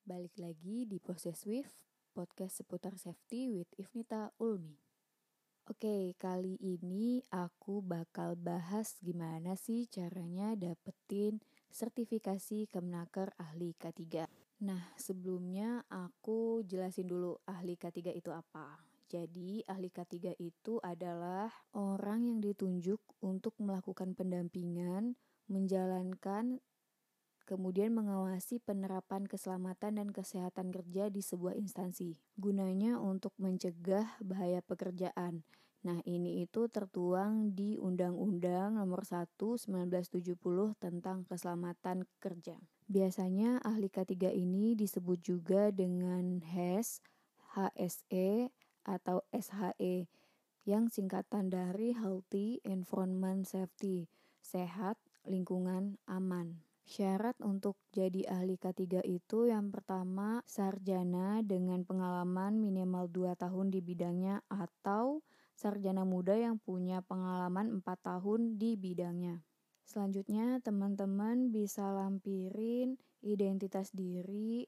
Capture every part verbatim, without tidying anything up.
Balik lagi di Proses With, podcast seputar safety with Ifnita Ulmi. Oke, kali ini aku bakal bahas gimana sih caranya dapetin sertifikasi Kemnaker ahli K tiga. Nah, sebelumnya aku jelasin dulu ahli K tiga itu apa. Jadi, ahli K tiga itu adalah orang yang ditunjuk untuk melakukan pendampingan, menjalankan kemudian mengawasi penerapan keselamatan dan kesehatan kerja di sebuah instansi. Gunanya untuk mencegah bahaya pekerjaan. Nah, ini itu tertuang di Undang-Undang Nomor satu tahun sembilan belas tujuh puluh tentang keselamatan kerja. Biasanya ahli K tiga ini disebut juga dengan H E S, H S E, atau S H E, yang singkatan dari Healthy Environment Safety, sehat, lingkungan, aman. Syarat untuk jadi ahli K tiga itu yang pertama sarjana dengan pengalaman minimal dua tahun di bidangnya atau sarjana muda yang punya pengalaman empat tahun di bidangnya. Selanjutnya teman-teman bisa lampirin identitas diri,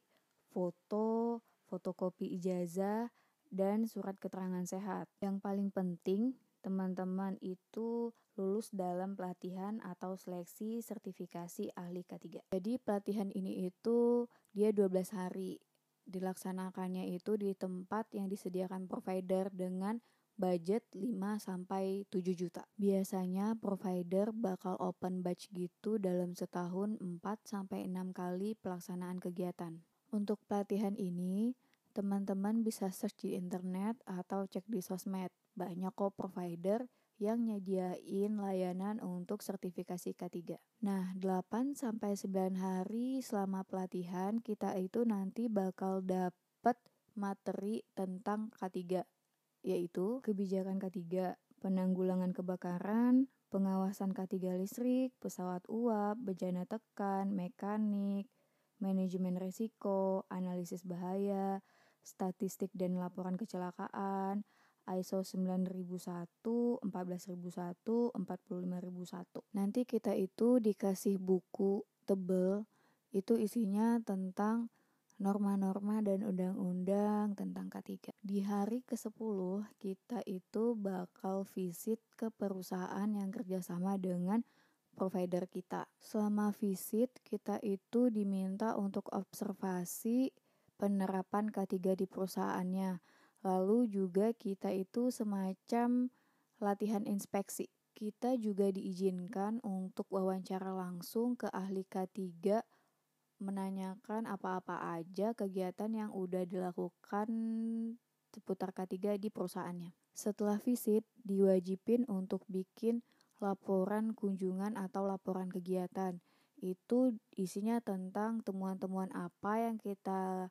foto, fotokopi ijazah, dan surat keterangan sehat. Yang paling penting teman-teman itu lulus dalam pelatihan atau seleksi sertifikasi ahli K tiga. Jadi pelatihan ini itu dia dua belas hari. Dilaksanakannya itu di tempat yang disediakan provider dengan budget lima sampai tujuh juta. Biasanya provider bakal open batch gitu dalam setahun empat sampai enam kali pelaksanaan kegiatan. Untuk pelatihan ini, teman-teman bisa search di internet atau cek di sosmed. Banyak kok provider yang nyediain layanan untuk sertifikasi K tiga. Nah, delapan sampai sembilan hari selama pelatihan kita itu nanti bakal dapat materi tentang K tiga, yaitu kebijakan K tiga, penanggulangan kebakaran, pengawasan K tiga listrik, pesawat uap, bejana tekan, mekanik, manajemen risiko, analisis bahaya, statistik dan laporan kecelakaan, I S O sembilan ribu satu, empat belas ribu satu, empat puluh lima ribu satu. Nanti kita itu dikasih buku tebel, itu isinya tentang norma-norma dan undang-undang tentang K tiga. Di hari kesepuluh kita itu bakal visit ke perusahaan yang kerjasama dengan provider kita. Selama visit kita itu diminta untuk observasi penerapan K tiga di perusahaannya. Lalu juga kita itu semacam latihan inspeksi. Kita juga diizinkan untuk wawancara langsung ke ahli K tiga, menanyakan apa-apa aja kegiatan yang udah dilakukan seputar K tiga di perusahaannya. Setelah visit, diwajibin untuk bikin laporan kunjungan atau laporan kegiatan. Itu isinya tentang temuan-temuan apa yang kita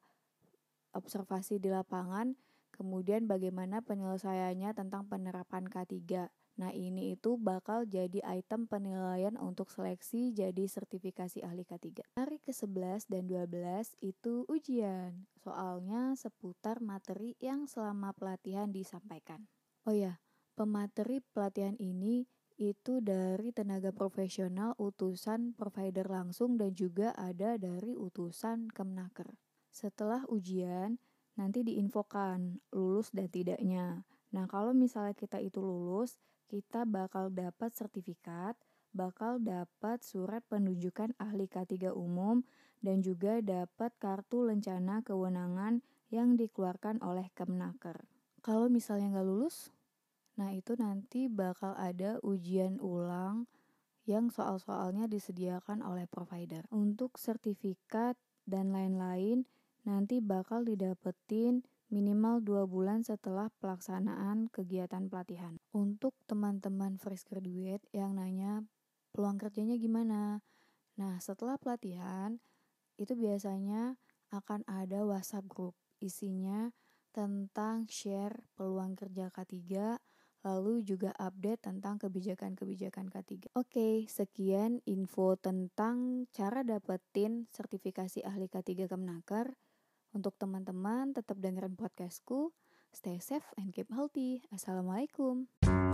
observasi di lapangan, kemudian bagaimana penyelesaiannya tentang penerapan K tiga. Nah, ini itu bakal jadi item penilaian untuk seleksi jadi sertifikasi ahli K tiga. Hari kesebelas dan dua belas itu ujian. Soalnya seputar materi yang selama pelatihan disampaikan. Oh ya, pemateri pelatihan ini itu dari tenaga profesional utusan provider langsung dan juga ada dari utusan Kemnaker. Setelah ujian, nanti diinfokan lulus dan tidaknya. Nah, kalau misalnya kita itu lulus, kita bakal dapat sertifikat, bakal dapat surat penunjukan ahli K tiga umum, dan juga dapat kartu lencana kewenangan yang dikeluarkan oleh Kemnaker. Kalau misalnya nggak lulus, nah itu nanti bakal ada ujian ulang yang soal-soalnya disediakan oleh provider. Untuk sertifikat dan lain-lain, nanti bakal didapetin minimal dua bulan setelah pelaksanaan kegiatan pelatihan. Untuk teman-teman fresh graduate yang nanya peluang kerjanya gimana? Nah, setelah pelatihan, itu biasanya akan ada WhatsApp group. Isinya tentang share peluang kerja K tiga, lalu juga update tentang kebijakan-kebijakan K tiga. Oke, sekian info tentang cara dapetin sertifikasi ahli K tiga Kemnaker. Untuk teman-teman tetap dengerin podcastku. Stay safe and keep healthy. Assalamualaikum.